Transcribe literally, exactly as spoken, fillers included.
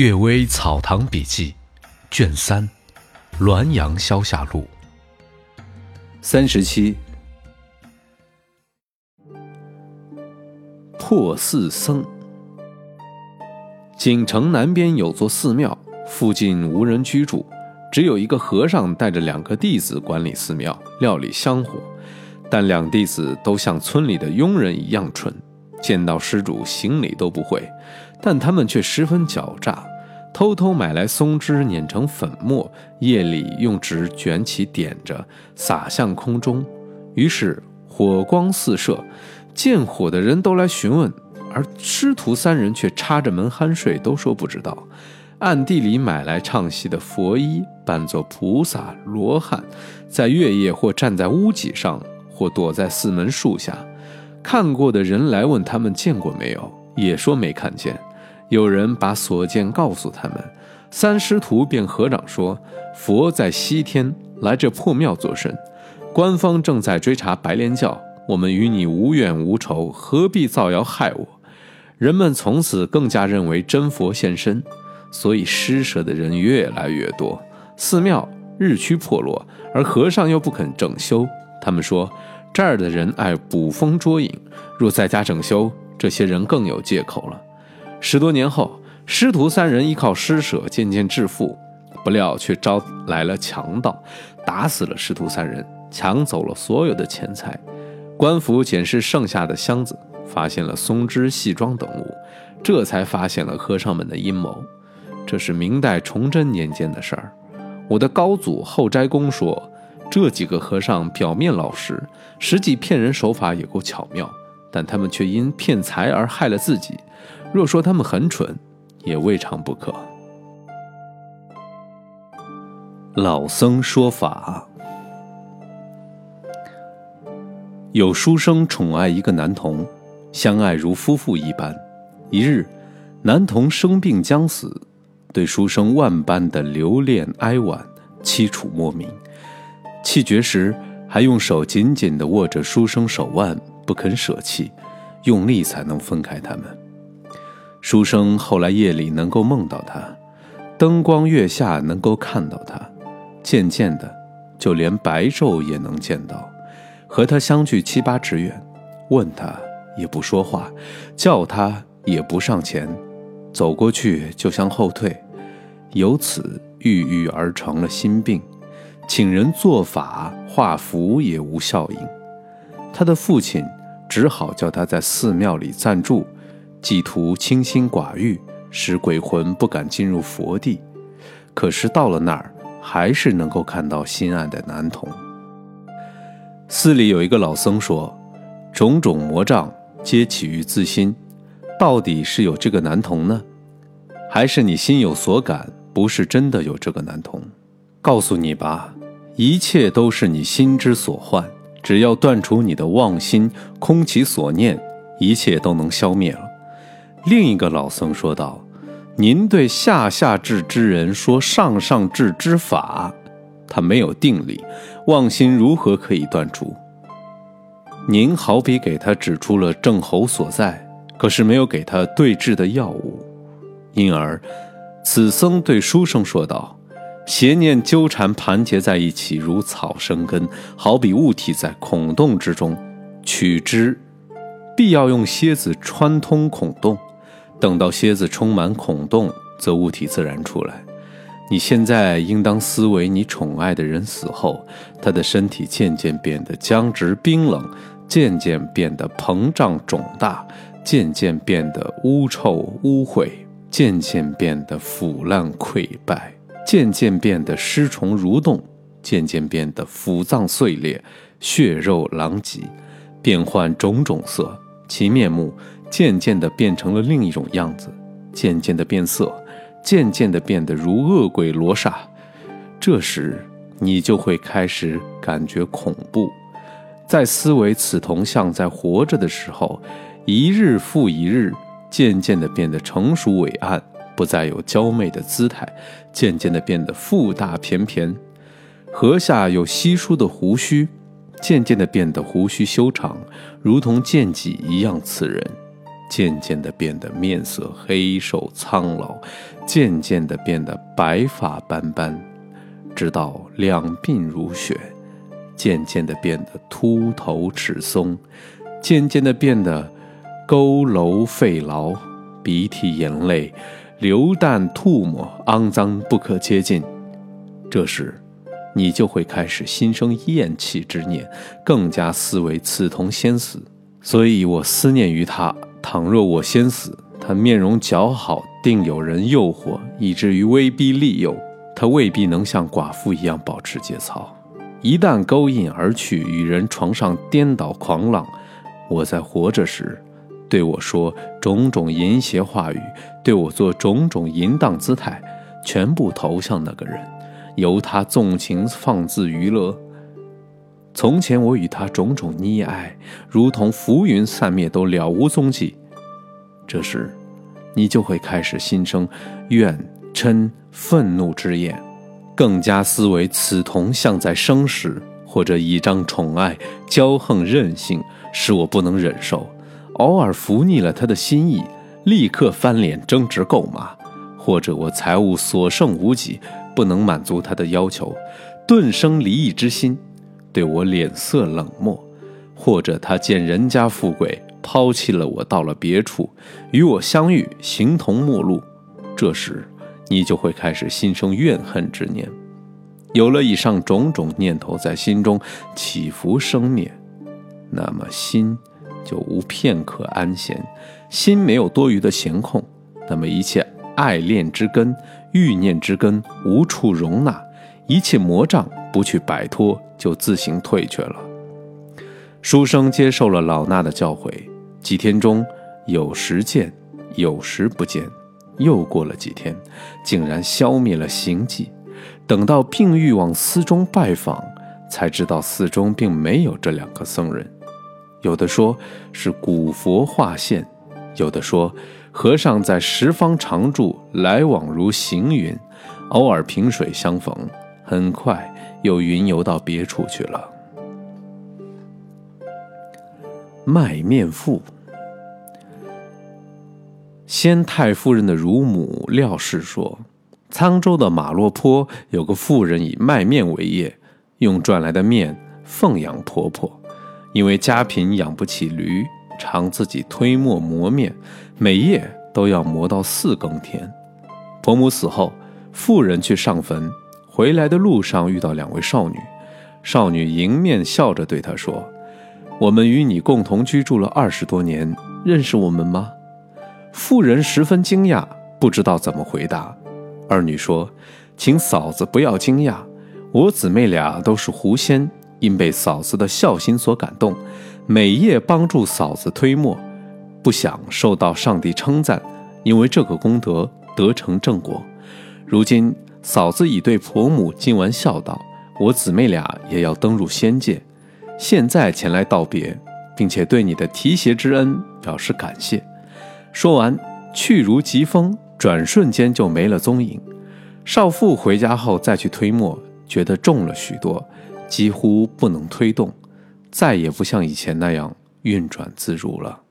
岳微草堂笔记卷三滦阳消夏录三十七。破寺僧。锦城南边有座寺庙，附近无人居住，只有一个和尚带着两个弟子管理寺庙，料理香火。但两弟子都像村里的佣人一样蠢，见到施主行礼都不会，但他们却十分狡诈，偷偷买来松枝碾成粉末，夜里用纸卷起点着，撒向空中，于是火光四射，见火的人都来询问，而师徒三人却插着门酣睡，都说不知道。暗地里买来唱戏的佛衣，扮作菩萨罗汉，在月夜或站在屋脊上，或躲在寺门树下。看过的人来问他们见过没有，也说没看见。有人把所见告诉他们，三师徒便合掌说，佛在西天，来这破庙作甚？官方正在追查白莲教，我们与你无怨无仇，何必造谣害我？人们从此更加认为真佛现身，所以施舍的人越来越多，寺庙日趋破落，而和尚又不肯整修。他们说，这儿的人爱捕风捉影，若在家整修，这些人更有借口了。十多年后，师徒三人依靠施舍渐渐致富，不料却招来了强盗，打死了师徒三人，抢走了所有的钱财。官府检视剩下的箱子，发现了松枝细装等物，这才发现了和尚们的阴谋。这是明代崇祯年间的事儿。我的高祖后斋公说，这几个和尚表面老实，实际骗人手法也够巧妙，但他们却因骗财而害了自己。若说他们很蠢，也未尝不可。老僧说法。有书生宠爱一个男童，相爱如夫妇一般。一日，男童生病将死，对书生万般的留恋哀婉，凄楚莫名。气绝时，还用手紧紧地握着书生手腕，不肯舍弃，用力才能分开他们。书生后来夜里能够梦到他，灯光月下能够看到他，渐渐的，就连白昼也能见到。和他相距七八尺远，问他也不说话，叫他也不上前，走过去就向后退，由此郁郁而成了心病，请人做法画符也无效应。他的父亲只好叫他在寺庙里暂住，寄图清心寡欲，使鬼魂不敢进入佛地。可是到了那儿，还是能够看到心爱的男童。寺里有一个老僧说，种种魔障皆起于自心，到底是有这个男童呢，还是你心有所感，不是真的有这个男童？告诉你吧，一切都是你心之所幻，只要断除你的妄心，空其所念，一切都能消灭了。另一个老僧说道，您对下下智之人说上上智之法，他没有定力，妄心如何可以断除？您好比给他指出了症候所在，可是没有给他对治的药物。因而此僧对书生说道，邪念纠缠盘结在一起，如草生根，好比物体在孔洞之中，取之必要用蝎子穿通孔洞，等到蝎子充满孔洞，则物体自然出来。你现在应当思维，你宠爱的人死后，他的身体渐渐变得僵直冰冷，渐渐变得膨胀肿大，渐渐变得污臭污秽，渐渐变得腐烂溃败，渐渐变得尸虫蠕动，渐渐变得腑脏碎裂，血肉狼藉，变换种种色，其面目渐渐地变成了另一种样子，渐渐地变色，渐渐地变得如恶鬼罗刹。这时你就会开始感觉恐怖，在思维此铜像在活着的时候，一日复一日，渐渐地变得成熟伟岸，不再有娇媚的姿态，渐渐地变得腹大翩翩，颌下有稀疏的胡须，渐渐地变得胡须修长，如同剑戟一样刺人， 渐渐地变得面色黑瘦苍老，渐渐地变得白发斑斑，直到两鬓如雪，渐渐地变得秃头齿松，渐渐地变得佝偻肺痨，鼻涕眼泪，流弹吐沫，肮脏不可接近。这时你就会开始心生厌弃之念，更加思为此童先死。所以我思念于他，倘若我先死，他面容姣好，定有人诱惑，以至于威逼利诱，他未必能像寡妇一样保持节操。一旦勾引而去，与人床上颠倒狂浪，我在活着时对我说种种淫邪话语，对我做种种淫荡姿态，全部投向那个人，由他纵情放肆娱乐。从前我与他种种溺爱，如同浮云散灭，都了无踪迹。这时你就会开始心生怨嗔愤怒之焰，更加思维此童像在生时，或者倚仗宠爱骄横任性，使我不能忍受，偶尔服逆了他的心意，立刻翻脸争执购买，或者我财物所剩无几，不能满足他的要求，顿生离异之心，对我脸色冷漠，或者他见人家富贵，抛弃了我到了别处，与我相遇形同陌路。这时你就会开始心生怨恨之念。有了以上种种念头在心中起伏生灭，那么心就无片刻安闲，心没有多余的闲空，那么一切爱恋之根、欲念之根无处容纳，一切魔障不去摆脱，就自行退却了。书生接受了老衲的教诲，几天中有时见，有时不见。又过了几天，竟然消灭了行迹。等到并欲往寺中拜访，才知道寺中并没有这两个僧人。有的说是古佛化现，有的说和尚在十方常住，来往如行云，偶尔萍水相逢，很快又云游到别处去了。卖面妇。先太夫人的乳母廖氏说，沧州的马洛坡有个妇人以卖面为业，用赚来的面奉养婆婆。因为家贫养不起驴，常自己推磨磨面，每夜都要磨到四更天。婆母死后，妇人去上坟，回来的路上遇到两位少女。少女迎面笑着对她说，我们与你共同居住了二十多年，认识我们吗？妇人十分惊讶，不知道怎么回答。二女说，请嫂子不要惊讶，我姊妹俩都是狐仙，因被嫂子的孝心所感动，每夜帮助嫂子推磨，不想受到上帝称赞，因为这个功德得成正果。如今嫂子已对婆母尽完孝道，我姊妹俩也要登入仙界，现在前来道别，并且对你的提携之恩表示感谢。说完，去如疾风，转瞬间就没了踪影。少妇回家后再去推磨，觉得重了许多，几乎不能推动，再也不像以前那样运转自如了。